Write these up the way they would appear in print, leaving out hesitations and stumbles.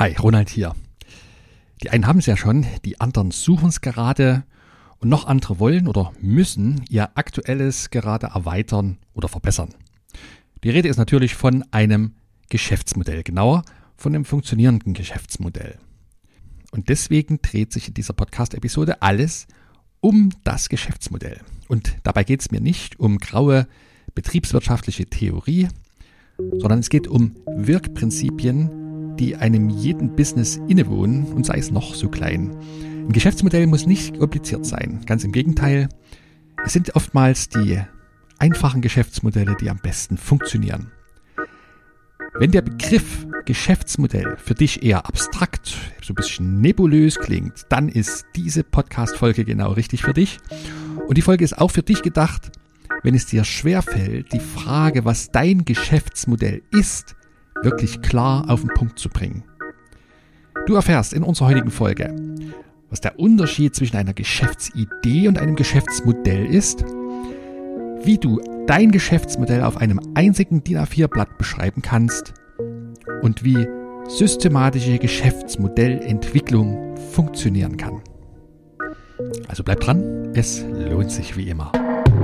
Hi, Ronald hier. Die einen haben es ja schon, die anderen suchen es gerade und noch andere wollen oder müssen ihr aktuelles gerade erweitern oder verbessern. Die Rede ist natürlich von einem Geschäftsmodell, genauer von einem funktionierenden Geschäftsmodell. Und deswegen dreht sich in dieser Podcast-Episode alles um das Geschäftsmodell. Und dabei geht es mir nicht um graue betriebswirtschaftliche Theorie, sondern es geht um Wirkprinzipien, die einem jeden Business innewohnen und sei es noch so klein. Ein Geschäftsmodell muss nicht kompliziert sein, ganz im Gegenteil. Es sind oftmals die einfachen Geschäftsmodelle, die am besten funktionieren. Wenn der Begriff Geschäftsmodell für dich eher abstrakt, so ein bisschen nebulös klingt, dann ist diese Podcast-Folge genau richtig für dich. Und die Folge ist auch für dich gedacht, wenn es dir schwerfällt, die Frage, was dein Geschäftsmodell ist, wirklich klar auf den Punkt zu bringen. Du erfährst in unserer heutigen Folge, was der Unterschied zwischen einer Geschäftsidee und einem Geschäftsmodell ist, wie du dein Geschäftsmodell auf einem einzigen DIN A4-Blatt beschreiben kannst und wie systematische Geschäftsmodellentwicklung funktionieren kann. Also bleib dran, es lohnt sich wie immer.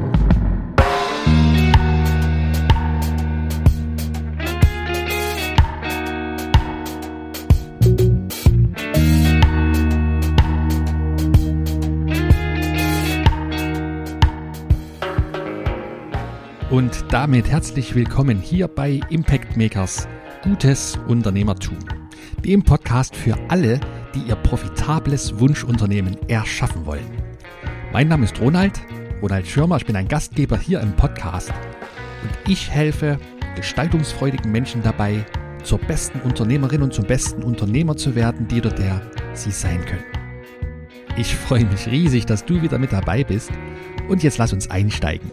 Und damit herzlich willkommen hier bei Impact Makers Gutes Unternehmertum, dem Podcast für alle, die ihr profitables Wunschunternehmen erschaffen wollen. Mein Name ist Ronald Schirmer, ich bin ein Gastgeber hier im Podcast und ich helfe gestaltungsfreudigen Menschen dabei, zur besten Unternehmerin und zum besten Unternehmer zu werden, die oder der sie sein können. Ich freue mich riesig, dass du wieder mit dabei bist und jetzt lass uns einsteigen.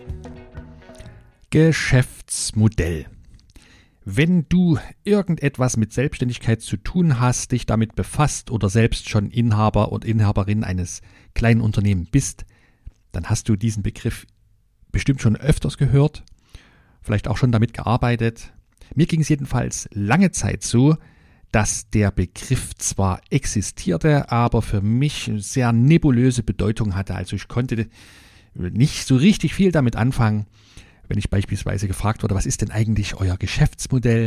Geschäftsmodell. Wenn du irgendetwas mit Selbstständigkeit zu tun hast, dich damit befasst oder selbst schon Inhaber und Inhaberin eines kleinen Unternehmens bist, dann hast du diesen Begriff bestimmt schon öfters gehört, vielleicht auch schon damit gearbeitet. Mir ging es jedenfalls lange Zeit so, dass der Begriff zwar existierte, aber für mich eine sehr nebulöse Bedeutung hatte. Also ich konnte nicht so richtig viel damit anfangen. Wenn ich beispielsweise gefragt wurde, was ist denn eigentlich euer Geschäftsmodell?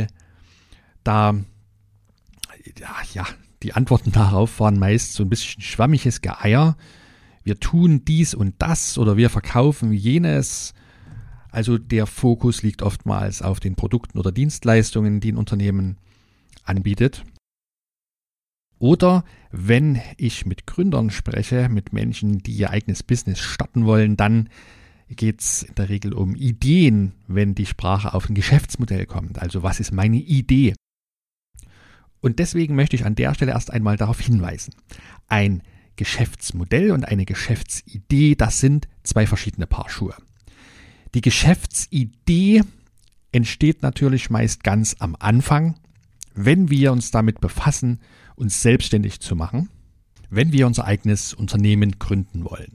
Die Antworten darauf waren meist so ein bisschen schwammiges Geeier. Wir tun dies und das oder wir verkaufen jenes. Also der Fokus liegt oftmals auf den Produkten oder Dienstleistungen, die ein Unternehmen anbietet. Oder wenn ich mit Gründern spreche, mit Menschen, die ihr eigenes Business starten wollen, dann geht es in der Regel um Ideen, wenn die Sprache auf ein Geschäftsmodell kommt. Also was ist meine Idee? Und deswegen möchte ich an der Stelle erst einmal darauf hinweisen. Ein Geschäftsmodell und eine Geschäftsidee, das sind zwei verschiedene Paar Schuhe. Die Geschäftsidee entsteht natürlich meist ganz am Anfang, wenn wir uns damit befassen, uns selbstständig zu machen, wenn wir unser eigenes Unternehmen gründen wollen.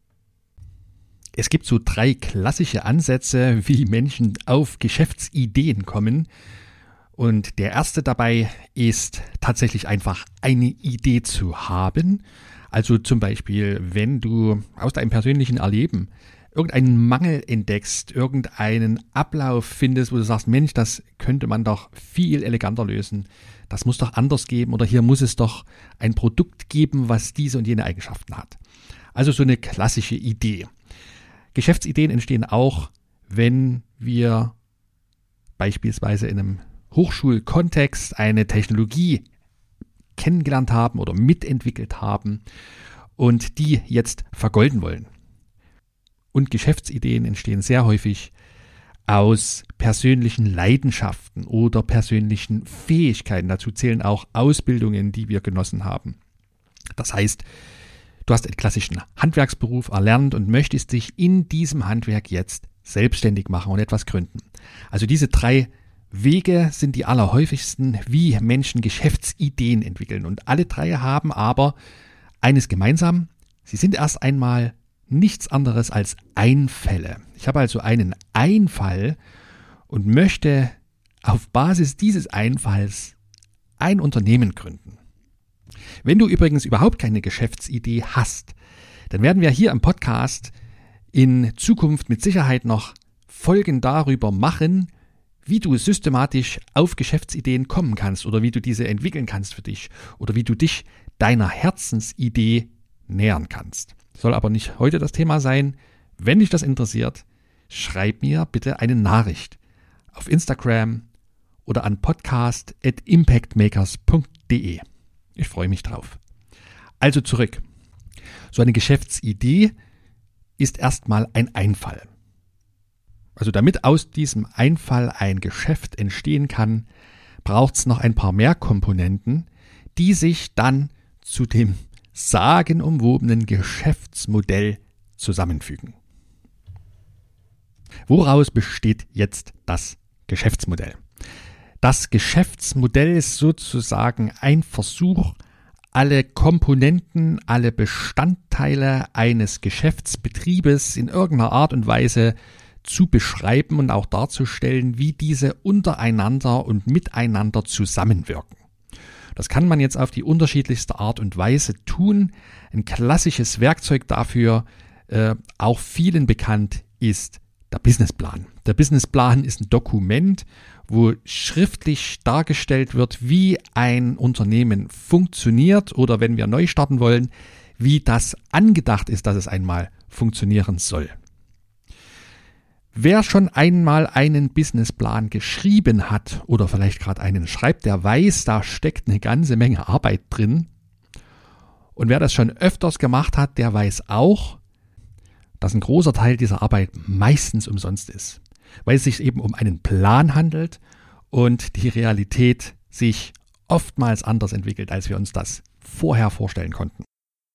Es gibt so 3 klassische Ansätze, wie Menschen auf Geschäftsideen kommen. Und der erste dabei ist tatsächlich einfach eine Idee zu haben. Also zum Beispiel, wenn du aus deinem persönlichen Erleben irgendeinen Mangel entdeckst, irgendeinen Ablauf findest, wo du sagst, Mensch, das könnte man doch viel eleganter lösen. Das muss doch anders geben oder hier muss es doch ein Produkt geben, was diese und jene Eigenschaften hat. Also so eine klassische Idee. Geschäftsideen entstehen auch, wenn wir beispielsweise in einem Hochschulkontext eine Technologie kennengelernt haben oder mitentwickelt haben und die jetzt vergolden wollen. Und Geschäftsideen entstehen sehr häufig aus persönlichen Leidenschaften oder persönlichen Fähigkeiten. Dazu zählen auch Ausbildungen, die wir genossen haben. Das heißt, du hast einen klassischen Handwerksberuf erlernt und möchtest dich in diesem Handwerk jetzt selbstständig machen und etwas gründen. Also diese 3 Wege sind die allerhäufigsten, wie Menschen Geschäftsideen entwickeln. Und alle 3 haben aber eines gemeinsam. Sie sind erst einmal nichts anderes als Einfälle. Ich habe also einen Einfall und möchte auf Basis dieses Einfalls ein Unternehmen gründen. Wenn du übrigens überhaupt keine Geschäftsidee hast, dann werden wir hier im Podcast in Zukunft mit Sicherheit noch Folgen darüber machen, wie du systematisch auf Geschäftsideen kommen kannst oder wie du diese entwickeln kannst für dich oder wie du dich deiner Herzensidee nähern kannst. Soll aber nicht heute das Thema sein. Wenn dich das interessiert, schreib mir bitte eine Nachricht auf Instagram oder an podcast@impactmakers.de. Ich freue mich drauf. Also zurück. So eine Geschäftsidee ist erstmal ein Einfall. Also damit aus diesem Einfall ein Geschäft entstehen kann, braucht es noch ein paar mehr Komponenten, die sich dann zu dem sagenumwobenen Geschäftsmodell zusammenfügen. Woraus besteht jetzt das Geschäftsmodell? Das Geschäftsmodell ist sozusagen ein Versuch, alle Komponenten, alle Bestandteile eines Geschäftsbetriebes in irgendeiner Art und Weise zu beschreiben und auch darzustellen, wie diese untereinander und miteinander zusammenwirken. Das kann man jetzt auf die unterschiedlichste Art und Weise tun. Ein klassisches Werkzeug dafür, auch vielen bekannt, ist der Businessplan. Der Businessplan ist ein Dokument, wo schriftlich dargestellt wird, wie ein Unternehmen funktioniert oder wenn wir neu starten wollen, wie das angedacht ist, dass es einmal funktionieren soll. Wer schon einmal einen Businessplan geschrieben hat oder vielleicht gerade einen schreibt, der weiß, da steckt eine ganze Menge Arbeit drin. Und wer das schon öfters gemacht hat, der weiß auch, dass ein großer Teil dieser Arbeit meistens umsonst ist, weil es sich eben um einen Plan handelt und die Realität sich oftmals anders entwickelt, als wir uns das vorher vorstellen konnten.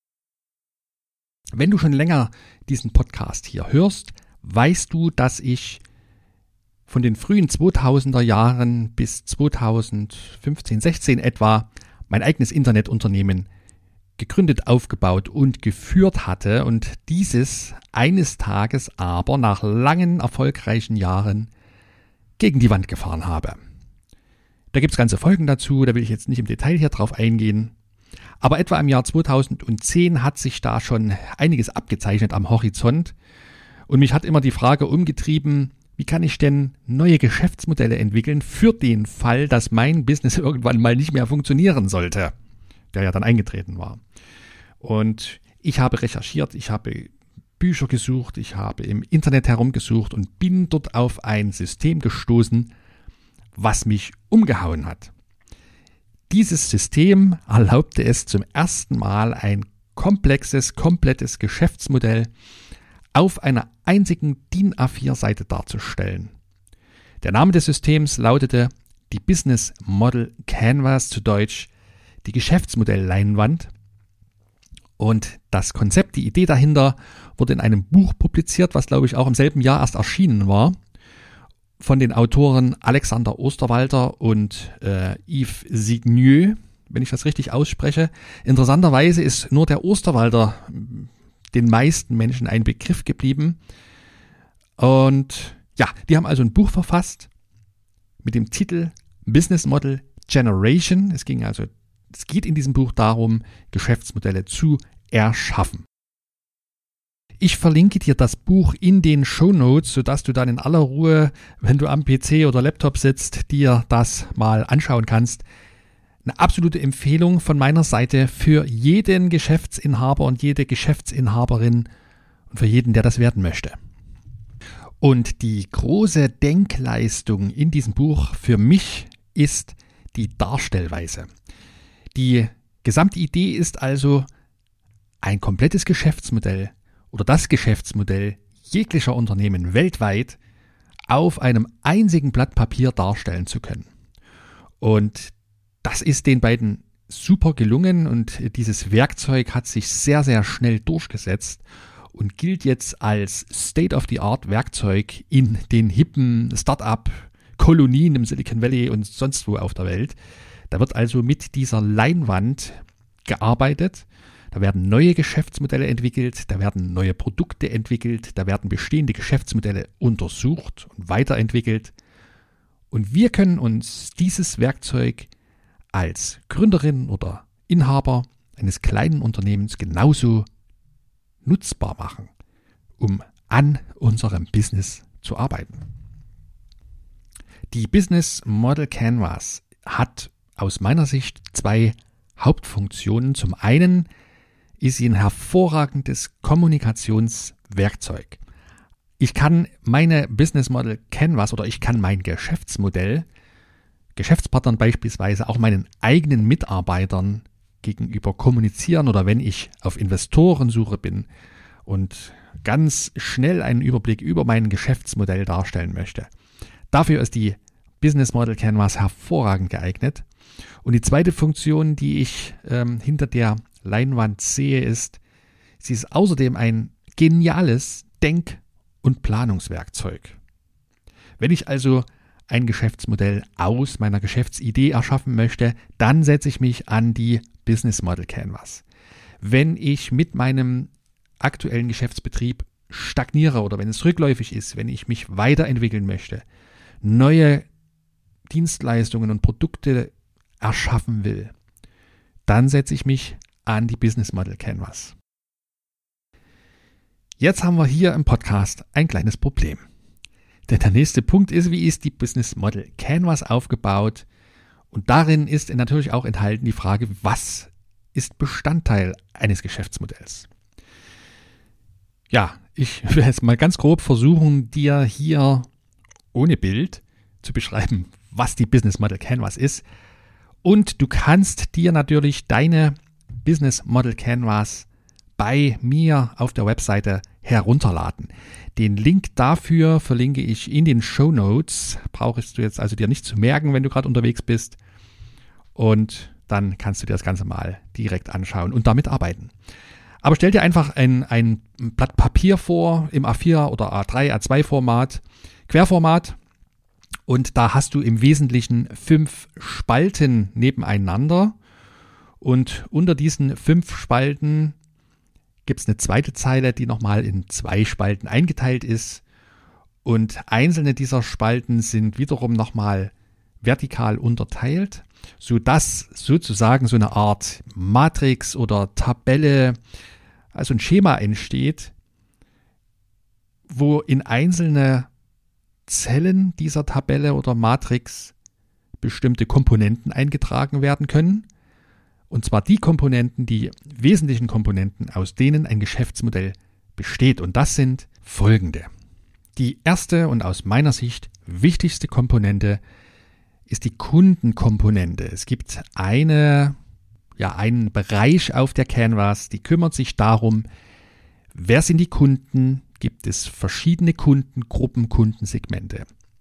Wenn du schon länger diesen Podcast hier hörst, weißt du, dass ich von den frühen 2000er Jahren bis 2015, 16 etwa mein eigenes Internetunternehmen gegründet, aufgebaut und geführt hatte und dieses eines Tages aber nach langen, erfolgreichen Jahren gegen die Wand gefahren habe. Da gibt es ganze Folgen dazu, da will ich jetzt nicht im Detail hier drauf eingehen. Aber etwa im Jahr 2010 hat sich da schon einiges abgezeichnet am Horizont. Und mich hat immer die Frage umgetrieben, wie kann ich denn neue Geschäftsmodelle entwickeln für den Fall, dass mein Business irgendwann mal nicht mehr funktionieren sollte, der ja dann eingetreten war. Und ich habe recherchiert, ich habe Bücher gesucht, ich habe im Internet herumgesucht und bin dort auf ein System gestoßen, was mich umgehauen hat. Dieses System erlaubte es zum ersten Mal ein komplettes Geschäftsmodell auf einer einzigen DIN A4-Seite darzustellen. Der Name des Systems lautete die Business Model Canvas, zu Deutsch die Geschäftsmodellleinwand. Und das Konzept, die Idee dahinter, wurde in einem Buch publiziert, was glaube ich auch im selben Jahr erst erschienen war, von den Autoren Alexander Osterwalder und Yves Signieux, wenn ich das richtig ausspreche. Interessanterweise ist nur der Osterwalder den meisten Menschen ein Begriff geblieben. Und ja, die haben also ein Buch verfasst mit dem Titel Business Model Generation. Es geht in diesem Buch darum, Geschäftsmodelle zu erschaffen. Ich verlinke dir das Buch in den Shownotes, sodass du dann in aller Ruhe, wenn du am PC oder Laptop sitzt, dir das mal anschauen kannst. Eine absolute Empfehlung von meiner Seite für jeden Geschäftsinhaber und jede Geschäftsinhaberin und für jeden, der das werden möchte. Und die große Denkleistung in diesem Buch für mich ist die Darstellweise. Die gesamte Idee ist also, ein komplettes Geschäftsmodell oder das Geschäftsmodell jeglicher Unternehmen weltweit auf einem einzigen Blatt Papier darstellen zu können. Und das ist den beiden super gelungen und dieses Werkzeug hat sich sehr, sehr schnell durchgesetzt und gilt jetzt als State-of-the-Art-Werkzeug in den hippen Start-up-Kolonien im Silicon Valley und sonst wo auf der Welt. Da wird also mit dieser Leinwand gearbeitet. Da werden neue Geschäftsmodelle entwickelt, da werden neue Produkte entwickelt, da werden bestehende Geschäftsmodelle untersucht und weiterentwickelt. Und wir können uns dieses Werkzeug als Gründerin oder Inhaber eines kleinen Unternehmens genauso nutzbar machen, um an unserem Business zu arbeiten. Die Business Model Canvas hat aus meiner Sicht zwei Hauptfunktionen. Zum einen ist sie ein hervorragendes Kommunikationswerkzeug. Ich kann meine Business Model Canvas oder ich kann mein Geschäftsmodell Geschäftspartnern beispielsweise auch meinen eigenen Mitarbeitern gegenüber kommunizieren oder wenn ich auf Investorensuche bin und ganz schnell einen Überblick über mein Geschäftsmodell darstellen möchte. Dafür ist die Business Model Canvas hervorragend geeignet. Und die zweite Funktion, die ich hinter der Leinwand sehe, ist, sie ist außerdem ein geniales Denk- und Planungswerkzeug. Wenn ich also ein Geschäftsmodell aus meiner Geschäftsidee erschaffen möchte, dann setze ich mich an die Business Model Canvas. Wenn ich mit meinem aktuellen Geschäftsbetrieb stagniere oder wenn es rückläufig ist, wenn ich mich weiterentwickeln möchte, neue Dienstleistungen und Produkte erschaffen will, dann setze ich mich an die Business Model Canvas. Jetzt haben wir hier im Podcast ein kleines Problem. Denn der nächste Punkt ist, wie ist die Business Model Canvas aufgebaut? Und darin ist natürlich auch enthalten die Frage, was ist Bestandteil eines Geschäftsmodells? Ja, ich will jetzt mal ganz grob versuchen, dir hier ohne Bild zu beschreiben, was die Business Model Canvas ist. Und du kannst dir natürlich deine Business Model Canvas bei mir auf der Webseite herunterladen. Den Link dafür verlinke ich in den Shownotes. Brauchst du jetzt also dir nicht zu merken, wenn du gerade unterwegs bist. Und dann kannst du dir das Ganze mal direkt anschauen und damit arbeiten. Aber stell dir einfach ein Blatt Papier vor im A4 oder A3, A2 Format, Querformat. Und da hast du im Wesentlichen 5 Spalten nebeneinander. Und unter diesen 5 Spalten gibt es eine zweite Zeile, die nochmal in 2 Spalten eingeteilt ist. Und einzelne dieser Spalten sind wiederum nochmal vertikal unterteilt, sodass sozusagen so eine Art Matrix oder Tabelle, also ein Schema entsteht, wo in einzelne Zellen dieser Tabelle oder Matrix bestimmte Komponenten eingetragen werden können. Und zwar die Komponenten, die wesentlichen Komponenten, aus denen ein Geschäftsmodell besteht. Und das sind folgende. Die erste und aus meiner Sicht wichtigste Komponente ist die Kundenkomponente. Es gibt einen Bereich auf der Canvas, die kümmert sich darum, wer sind die Kunden, gibt es verschiedene Kundengruppen, Kundensegmente.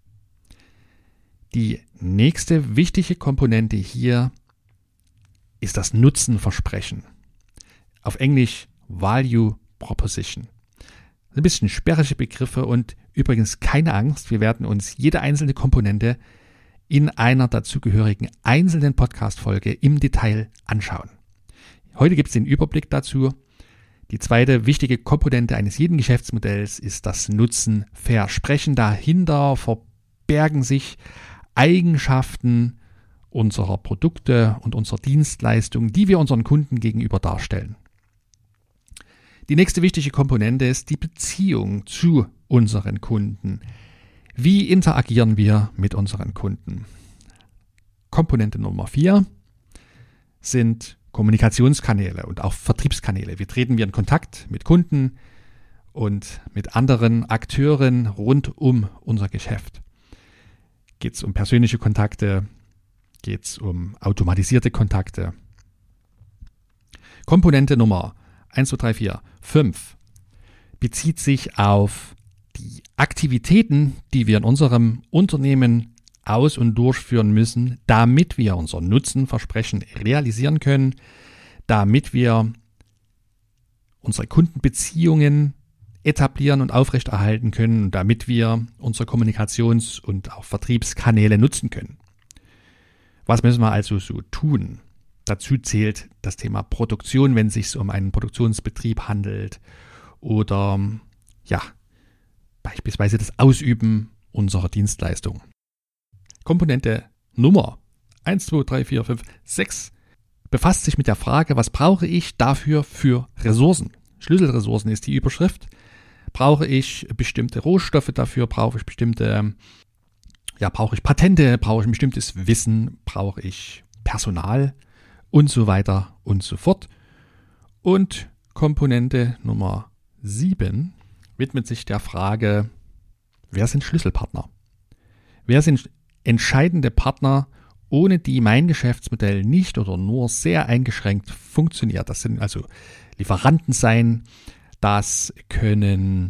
Die nächste wichtige Komponente hier ist das Nutzenversprechen. Auf Englisch Value Proposition. Ein bisschen sperrige Begriffe und übrigens keine Angst, wir werden uns jede einzelne Komponente in einer dazugehörigen einzelnen Podcast-Folge im Detail anschauen. Heute gibt es den Überblick dazu. Die zweite wichtige Komponente eines jeden Geschäftsmodells ist das Nutzenversprechen. Dahinter verbergen sich Eigenschaften unserer Produkte und unserer Dienstleistungen, die wir unseren Kunden gegenüber darstellen. Die nächste wichtige Komponente ist die Beziehung zu unseren Kunden. Wie interagieren wir mit unseren Kunden? Komponente Nummer 4 sind Kommunikationskanäle und auch Vertriebskanäle. Wie treten wir in Kontakt mit Kunden und mit anderen Akteuren rund um unser Geschäft? Geht es um persönliche Kontakte? Geht es um automatisierte Kontakte? Komponente Nummer 1, 2, 3, 4, 5 bezieht sich auf die Aktivitäten, die wir in unserem Unternehmen aus- und durchführen müssen, damit wir unser Nutzenversprechen realisieren können, damit wir unsere Kundenbeziehungen etablieren und aufrechterhalten können, damit wir unsere Kommunikations- und auch Vertriebskanäle nutzen können. Was müssen wir also so tun? Dazu zählt das Thema Produktion, wenn es sich um einen Produktionsbetrieb handelt oder beispielsweise das Ausüben unserer Dienstleistung. Komponente Nummer 1, 2, 3, 4, 5, 6 befasst sich mit der Frage, was brauche ich dafür für Ressourcen? Schlüsselressourcen ist die Überschrift. Brauche ich bestimmte Rohstoffe dafür? Brauche ich Patente? Brauche ich ein bestimmtes Wissen? Brauche ich Personal? Und so weiter und so fort. Und Komponente Nummer 7 widmet sich der Frage, wer sind Schlüsselpartner? Wer sind entscheidende Partner, ohne die mein Geschäftsmodell nicht oder nur sehr eingeschränkt funktioniert? Das sind also Lieferanten sein, das können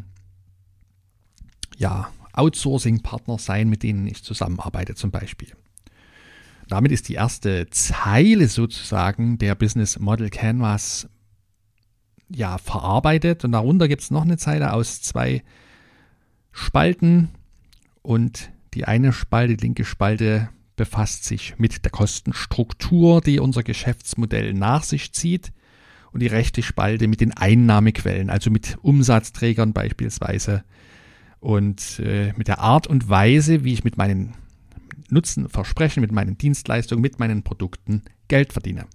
Outsourcing-Partner sein, mit denen ich zusammenarbeite zum Beispiel. Damit ist die erste Zeile sozusagen der Business Model Canvas verarbeitet und darunter gibt es noch eine Zeile aus 2 Spalten und die eine Spalte, die linke Spalte, befasst sich mit der Kostenstruktur, die unser Geschäftsmodell nach sich zieht und die rechte Spalte mit den Einnahmequellen, also mit Umsatzträgern beispielsweise und mit der Art und Weise, wie ich mit meinen Nutzenversprechen, mit meinen Dienstleistungen, mit meinen Produkten Geld verdiene.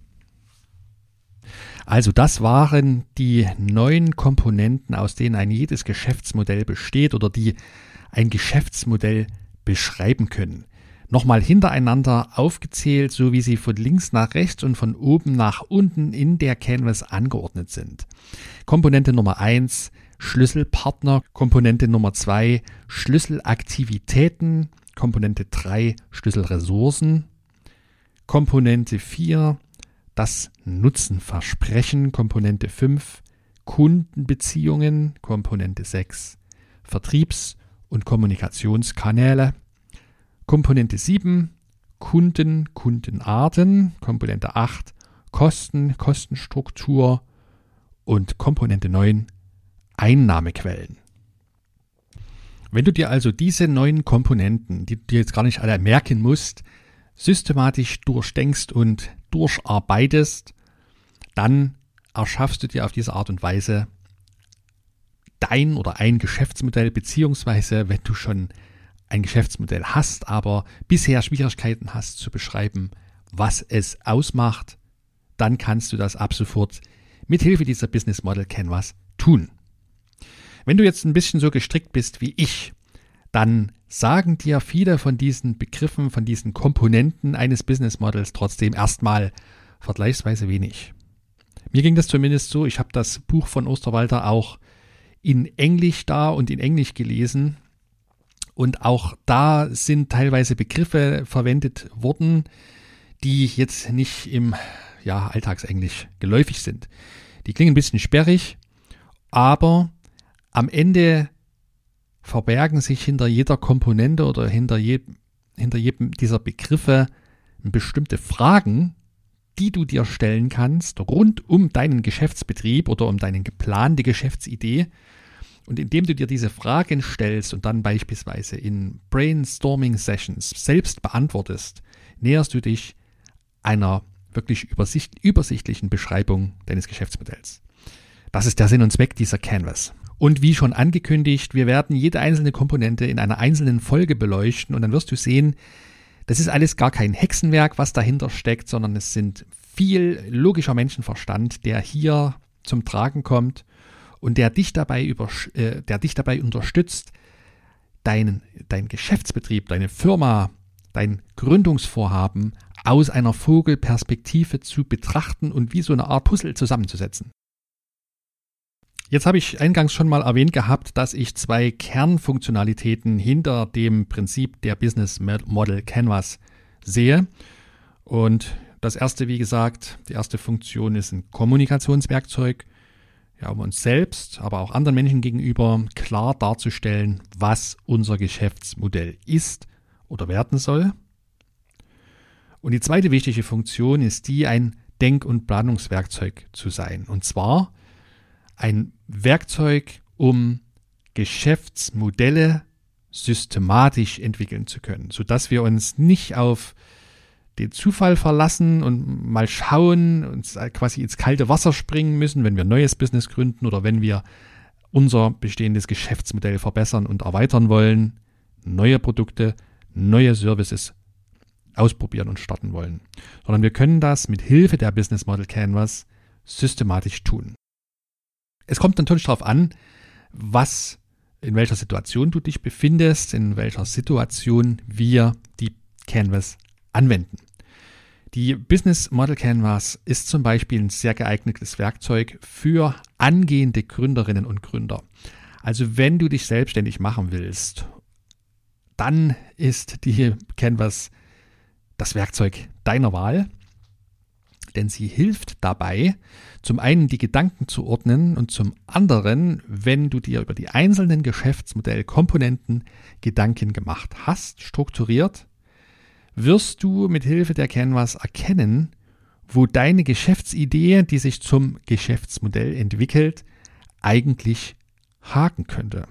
Also das waren die 9 Komponenten, aus denen ein jedes Geschäftsmodell besteht oder die ein Geschäftsmodell beschreiben können. Nochmal hintereinander aufgezählt, so wie sie von links nach rechts und von oben nach unten in der Canvas angeordnet sind. Komponente Nummer 1, Schlüsselpartner. Komponente Nummer 2, Schlüsselaktivitäten. Komponente 3, Schlüsselressourcen. Komponente 4, das Nutzenversprechen. Komponente 5, Kundenbeziehungen. Komponente 6, Vertriebs- und Kommunikationskanäle. Komponente 7, Kunden, Kundenarten. Komponente 8, Kosten, Kostenstruktur. Und Komponente 9, Einnahmequellen. Wenn du dir also diese 9 Komponenten, die du jetzt gar nicht alle merken musst, systematisch durchdenkst und durcharbeitest, dann erschaffst du dir auf diese Art und Weise dein oder ein Geschäftsmodell, beziehungsweise wenn du schon ein Geschäftsmodell hast, aber bisher Schwierigkeiten hast zu beschreiben, was es ausmacht, dann kannst du das ab sofort mit Hilfe dieser Business Model Canvas tun. Wenn du jetzt ein bisschen so gestrickt bist wie ich, dann sagen dir viele von diesen Begriffen, von diesen Komponenten eines Business Models trotzdem erstmal vergleichsweise wenig. Mir ging das zumindest so, ich habe das Buch von Osterwalder auch in Englisch und in Englisch gelesen und auch da sind teilweise Begriffe verwendet worden, die jetzt nicht im Alltagsenglisch geläufig sind. Die klingen ein bisschen sperrig, aber am Ende verbergen sich hinter jeder Komponente oder hinter jedem dieser Begriffe bestimmte Fragen, die du dir stellen kannst rund um deinen Geschäftsbetrieb oder um deine geplante Geschäftsidee. Und indem du dir diese Fragen stellst und dann beispielsweise in Brainstorming-Sessions selbst beantwortest, näherst du dich einer wirklich übersichtlichen Beschreibung deines Geschäftsmodells. Das ist der Sinn und Zweck dieser Canvas. Und wie schon angekündigt, wir werden jede einzelne Komponente in einer einzelnen Folge beleuchten und dann wirst du sehen, das ist alles gar kein Hexenwerk, was dahinter steckt, sondern es sind viel logischer Menschenverstand, der hier zum Tragen kommt und der dich dabei unterstützt, dein Geschäftsbetrieb, deine Firma, dein Gründungsvorhaben aus einer Vogelperspektive zu betrachten und wie so eine Art Puzzle zusammenzusetzen. Jetzt habe ich eingangs schon mal erwähnt gehabt, dass ich 2 Kernfunktionalitäten hinter dem Prinzip der Business Model Canvas sehe. Und das erste, wie gesagt, die erste Funktion ist ein Kommunikationswerkzeug, um uns selbst, aber auch anderen Menschen gegenüber klar darzustellen, was unser Geschäftsmodell ist oder werden soll. Und die zweite wichtige Funktion ist die, ein Denk- und Planungswerkzeug zu sein. Und zwar ein Werkzeug, um Geschäftsmodelle systematisch entwickeln zu können, sodass wir uns nicht auf den Zufall verlassen und mal schauen, uns quasi ins kalte Wasser springen müssen, wenn wir ein neues Business gründen oder wenn wir unser bestehendes Geschäftsmodell verbessern und erweitern wollen, neue Produkte, neue Services ausprobieren und starten wollen, sondern wir können das mit Hilfe der Business Model Canvas systematisch tun. Es kommt natürlich darauf an, in welcher Situation du dich befindest, in welcher Situation wir die Canvas anwenden. Die Business Model Canvas ist zum Beispiel ein sehr geeignetes Werkzeug für angehende Gründerinnen und Gründer. Also wenn du dich selbstständig machen willst, dann ist die Canvas das Werkzeug deiner Wahl, denn sie hilft dabei, zum einen die Gedanken zu ordnen und zum anderen, wenn du dir über die einzelnen Geschäftsmodellkomponenten Gedanken gemacht hast, strukturiert, wirst du mit Hilfe der Canvas erkennen, wo deine Geschäftsidee, die sich zum Geschäftsmodell entwickelt, eigentlich haken könnte.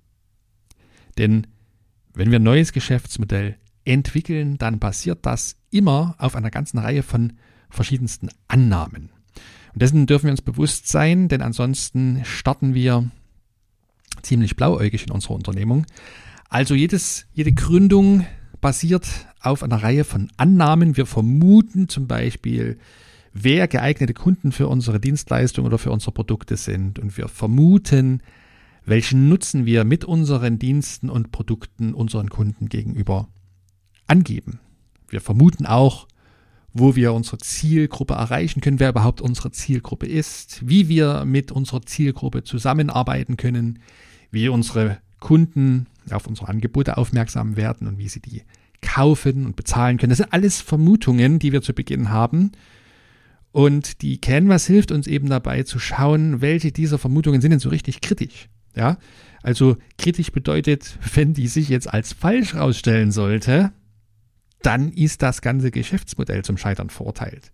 Denn wenn wir ein neues Geschäftsmodell entwickeln, dann basiert das immer auf einer ganzen Reihe von verschiedensten Annahmen. Und dessen dürfen wir uns bewusst sein, denn ansonsten starten wir ziemlich blauäugig in unserer Unternehmung. Also jede Gründung basiert auf einer Reihe von Annahmen. Wir vermuten zum Beispiel, wer geeignete Kunden für unsere Dienstleistungen oder für unsere Produkte sind. Und wir vermuten, welchen Nutzen wir mit unseren Diensten und Produkten unseren Kunden gegenüber angeben. Wir vermuten auch, wo wir unsere Zielgruppe erreichen können, wer überhaupt unsere Zielgruppe ist, wie wir mit unserer Zielgruppe zusammenarbeiten können, wie unsere Kunden auf unsere Angebote aufmerksam werden und wie sie die kaufen und bezahlen können. Das sind alles Vermutungen, die wir zu Beginn haben. Und die Canvas hilft uns eben dabei zu schauen, welche dieser Vermutungen sind denn so richtig kritisch. Ja? Also kritisch bedeutet, wenn die sich jetzt als falsch herausstellen sollte, dann ist das ganze Geschäftsmodell zum Scheitern verurteilt.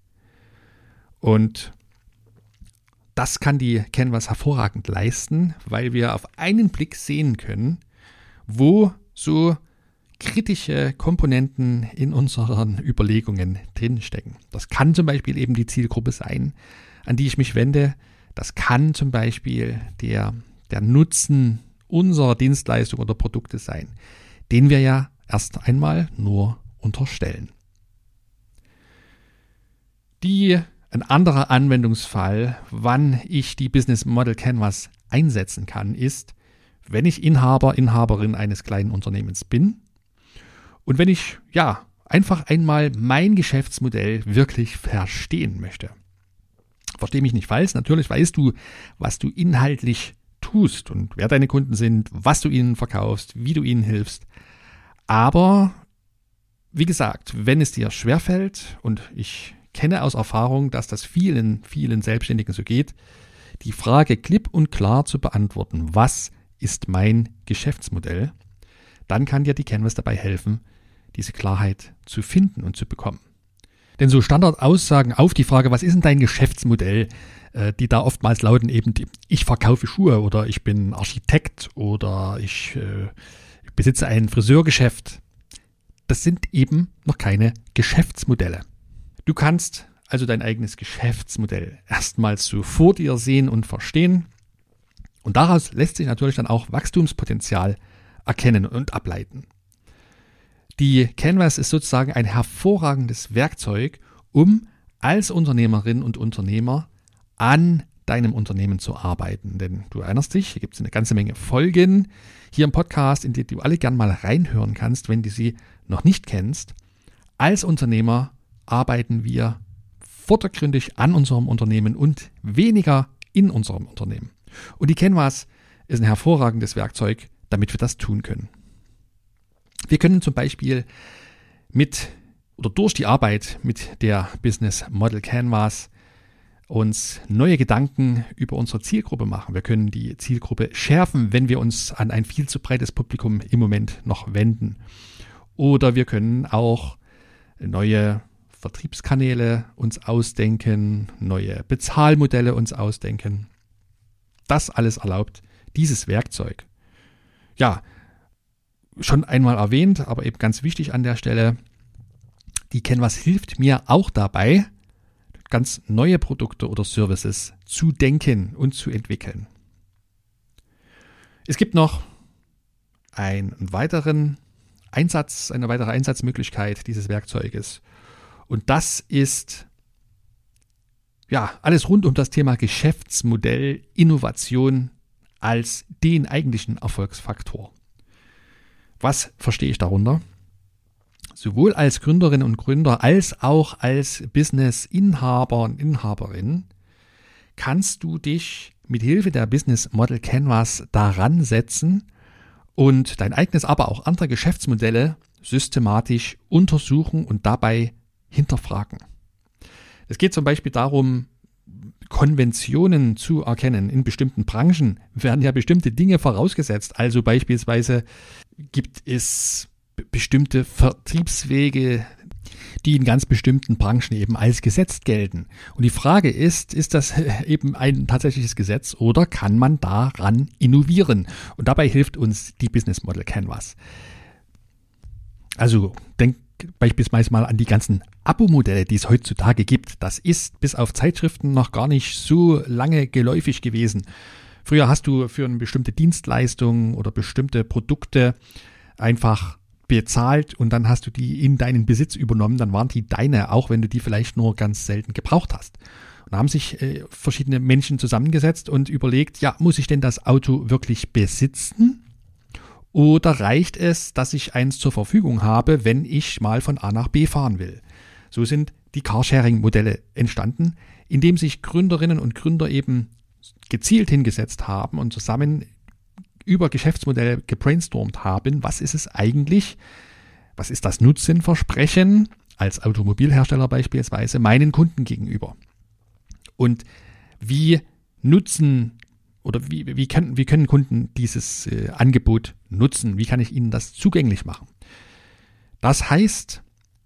Und das kann die Canvas hervorragend leisten, weil wir auf einen Blick sehen können, wo so kritische Komponenten in unseren Überlegungen drinstecken. Das kann zum Beispiel eben die Zielgruppe sein, an die ich mich wende. Das kann zum Beispiel der Nutzen unserer Dienstleistung oder Produkte sein, den wir ja erst einmal nur unterstellen. Ein anderer Anwendungsfall, wann ich die Business Model Canvas einsetzen kann, ist, wenn ich Inhaberin eines kleinen Unternehmens bin und wenn ich einfach einmal mein Geschäftsmodell wirklich verstehen möchte. Verstehe mich nicht falsch, natürlich weißt du, was du inhaltlich tust und wer deine Kunden sind, was du ihnen verkaufst, wie du ihnen hilfst. Aber wie gesagt, wenn es dir schwerfällt, und ich kenne aus Erfahrung, dass das vielen, vielen Selbstständigen so geht, die Frage klipp und klar zu beantworten, was ist mein Geschäftsmodell, dann kann dir die Canvas dabei helfen, diese Klarheit zu finden und zu bekommen. Denn so Standardaussagen auf die Frage, was ist denn dein Geschäftsmodell, die da oftmals lauten eben, ich verkaufe Schuhe oder ich bin Architekt oder ich besitze ein Friseurgeschäft. Das sind eben noch keine Geschäftsmodelle. Du kannst also dein eigenes Geschäftsmodell erstmals so vor dir sehen und verstehen. Und daraus lässt sich natürlich dann auch Wachstumspotenzial erkennen und ableiten. Die Canvas ist sozusagen ein hervorragendes Werkzeug, um als Unternehmerin und Unternehmer an deinem Unternehmen zu arbeiten. Denn du erinnerst dich, hier gibt es eine ganze Menge Folgen hier im Podcast, in die du alle gern mal reinhören kannst, wenn du sie noch nicht kennst. Als Unternehmer arbeiten wir vordergründig an unserem Unternehmen und weniger in unserem Unternehmen. Und die Canvas ist ein hervorragendes Werkzeug, damit wir das tun können. Wir können zum Beispiel durch die Arbeit mit der Business Model Canvas uns neue Gedanken über unsere Zielgruppe machen. Wir können die Zielgruppe schärfen, wenn wir uns an ein viel zu breites Publikum im Moment noch wenden. Oder wir können auch neue Vertriebskanäle uns ausdenken, neue Bezahlmodelle uns ausdenken. Das alles erlaubt dieses Werkzeug. Ja, schon einmal erwähnt, aber eben ganz wichtig an der Stelle, die Canvas hilft mir auch dabei, ganz neue Produkte oder Services zu denken und zu entwickeln. Es gibt noch einen weiteren eine weitere Einsatzmöglichkeit dieses Werkzeuges. Und das ist ja alles rund um das Thema Geschäftsmodell, Innovation als den eigentlichen Erfolgsfaktor. Was verstehe ich darunter? Sowohl als Gründerinnen und Gründer als auch als Business-Inhaber und Inhaberin kannst du dich mit Hilfe der Business Model Canvas daran setzen und dein eigenes, aber auch andere Geschäftsmodelle systematisch untersuchen und dabei hinterfragen. Es geht zum Beispiel darum, Konventionen zu erkennen. In bestimmten Branchen werden ja bestimmte Dinge vorausgesetzt. Also beispielsweise gibt es bestimmte Vertriebswege, die in ganz bestimmten Branchen eben als Gesetz gelten. Und die Frage ist das eben ein tatsächliches Gesetz oder kann man daran innovieren? Und dabei hilft uns die Business Model Canvas. Also denk beispielsweise mal an die ganzen Abo-Modelle, die es heutzutage gibt. Das ist bis auf Zeitschriften noch gar nicht so lange geläufig gewesen. Früher hast du für eine bestimmte Dienstleistung oder bestimmte Produkte einfach bezahlt und dann hast du die in deinen Besitz übernommen, dann waren die deine, auch wenn du die vielleicht nur ganz selten gebraucht hast. Und da haben sich verschiedene Menschen zusammengesetzt und überlegt, ja, muss ich denn das Auto wirklich besitzen? Oder reicht es, dass ich eins zur Verfügung habe, wenn ich mal von A nach B fahren will? So sind die Carsharing-Modelle entstanden, indem sich Gründerinnen und Gründer eben gezielt hingesetzt haben und zusammen über Geschäftsmodelle gebrainstormt haben. Was ist es eigentlich? Was ist das Nutzenversprechen als Automobilhersteller beispielsweise meinen Kunden gegenüber? Und wie können Kunden dieses Angebot nutzen? Wie kann ich ihnen das zugänglich machen? Das heißt,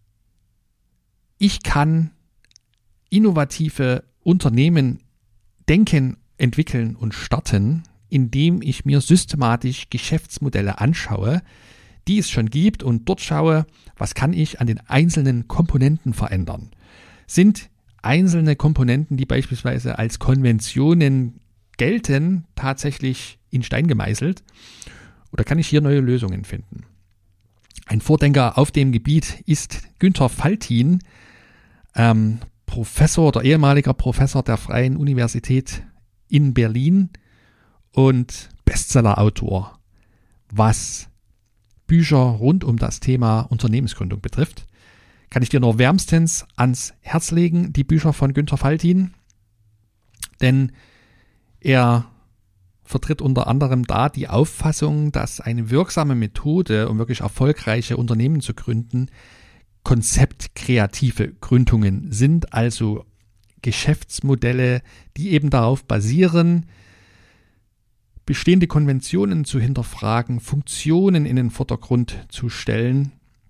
ich kann innovative Unternehmen denken, entwickeln und starten, indem ich mir systematisch Geschäftsmodelle anschaue, die es schon gibt und dort schaue, was kann ich an den einzelnen Komponenten verändern? Sind einzelne Komponenten, die beispielsweise als Konventionen gelten, tatsächlich in Stein gemeißelt? Oder kann ich hier neue Lösungen finden? Ein Vordenker auf dem Gebiet ist Günther Faltin, Professor oder ehemaliger Professor der Freien Universität in Berlin und Bestsellerautor, was Bücher rund um das Thema Unternehmensgründung betrifft. Kann ich dir nur wärmstens ans Herz legen, die Bücher von Günther Faltin, denn er vertritt unter anderem da die Auffassung, dass eine wirksame Methode, um wirklich erfolgreiche Unternehmen zu gründen, konzeptkreative Gründungen sind, also Geschäftsmodelle, die eben darauf basieren, bestehende Konventionen zu hinterfragen, Funktionen in den Vordergrund zu stellen.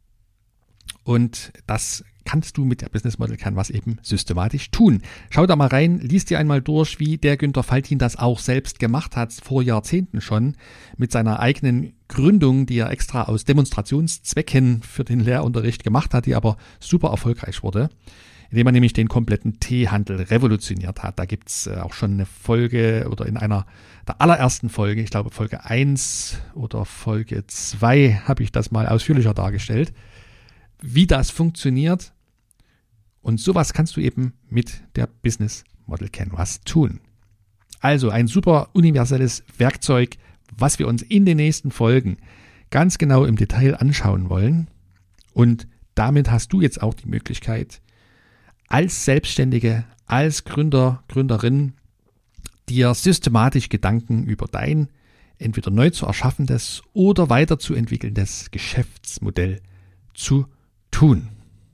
Und das kannst du mit der Business Model Canvas eben systematisch tun. Schau da mal rein, lies dir einmal durch, wie der Günther Faltin das auch selbst gemacht hat, vor Jahrzehnten schon, mit seiner eigenen Gründung, die er extra aus Demonstrationszwecken für den Lehrunterricht gemacht hat, die aber super erfolgreich wurde, indem er nämlich den kompletten Teehandel revolutioniert hat. Da gibt es auch schon eine Folge oder in einer der allerersten Folge, ich glaube Folge 1 oder Folge 2 habe ich das mal ausführlicher dargestellt, wie das funktioniert. Und sowas kannst du eben mit der Business Model Canvas tun. Also ein super universelles Werkzeug, was wir uns in den nächsten Folgen ganz genau im Detail anschauen wollen. Und damit hast du jetzt auch die Möglichkeit, als Selbstständige, als Gründer, Gründerin, dir systematisch Gedanken über dein entweder neu zu erschaffendes oder weiterzuentwickelndes Geschäftsmodell zu tun.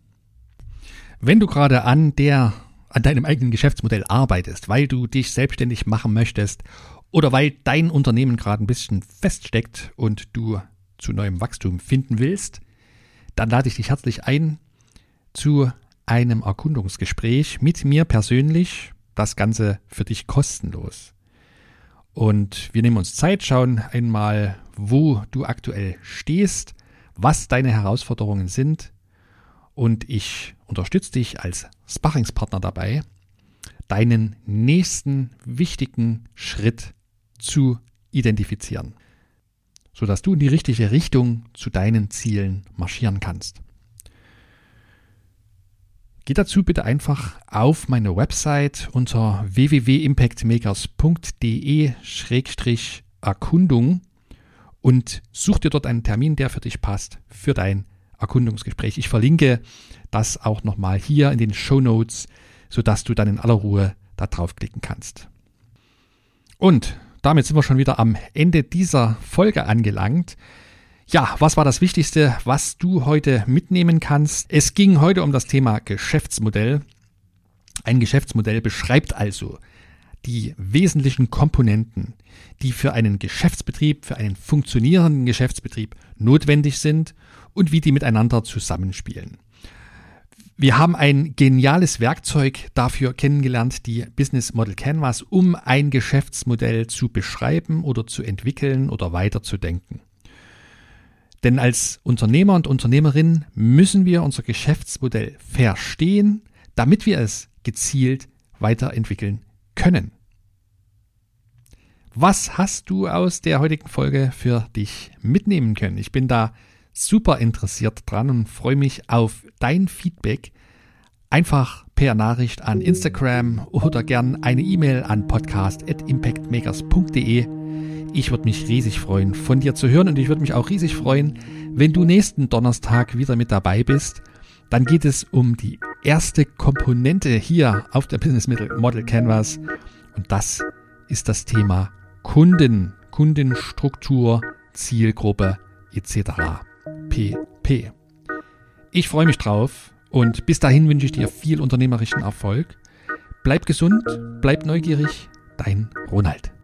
Wenn du gerade an deinem eigenen Geschäftsmodell arbeitest, weil du dich selbstständig machen möchtest oder weil dein Unternehmen gerade ein bisschen feststeckt und du zu neuem Wachstum finden willst, dann lade ich dich herzlich ein zu einem Erkundungsgespräch mit mir persönlich, das Ganze für dich kostenlos. Und wir nehmen uns Zeit, schauen einmal, wo du aktuell stehst, was deine Herausforderungen sind und ich unterstütze dich als Sparringspartner dabei, deinen nächsten wichtigen Schritt zu identifizieren. sodass du in die richtige Richtung zu deinen Zielen marschieren kannst. Geh dazu bitte einfach auf meine Website unter www.impactmakers.de/Erkundung und such dir dort einen Termin, der für dich passt, für dein Erkundungsgespräch. Ich verlinke das auch nochmal hier in den Shownotes, sodass du dann in aller Ruhe da draufklicken kannst. Und damit sind wir schon wieder am Ende dieser Folge angelangt. Ja, was war das Wichtigste, was du heute mitnehmen kannst? Es ging heute um das Thema Geschäftsmodell. Ein Geschäftsmodell beschreibt also die wesentlichen Komponenten, die für einen Geschäftsbetrieb, für einen funktionierenden Geschäftsbetrieb notwendig sind und wie die miteinander zusammenspielen. Wir haben ein geniales Werkzeug dafür kennengelernt, die Business Model Canvas, um ein Geschäftsmodell zu beschreiben oder zu entwickeln oder weiterzudenken. Denn als Unternehmer und Unternehmerin müssen wir unser Geschäftsmodell verstehen, damit wir es gezielt weiterentwickeln können. Was hast du aus der heutigen Folge für dich mitnehmen können? Ich bin da super interessiert dran und freue mich auf dein Feedback. Einfach per Nachricht an Instagram oder gern eine E-Mail an podcast@impactmakers.de. Ich würde mich riesig freuen, von dir zu hören, und ich würde mich auch riesig freuen, wenn du nächsten Donnerstag wieder mit dabei bist. Dann geht es um die erste Komponente hier auf der Business Model Canvas, und das ist das Thema Kunden, Kundenstruktur, Zielgruppe etc. pp. Ich freue mich drauf und bis dahin wünsche ich dir viel unternehmerischen Erfolg. Bleib gesund, bleib neugierig, dein Ronald.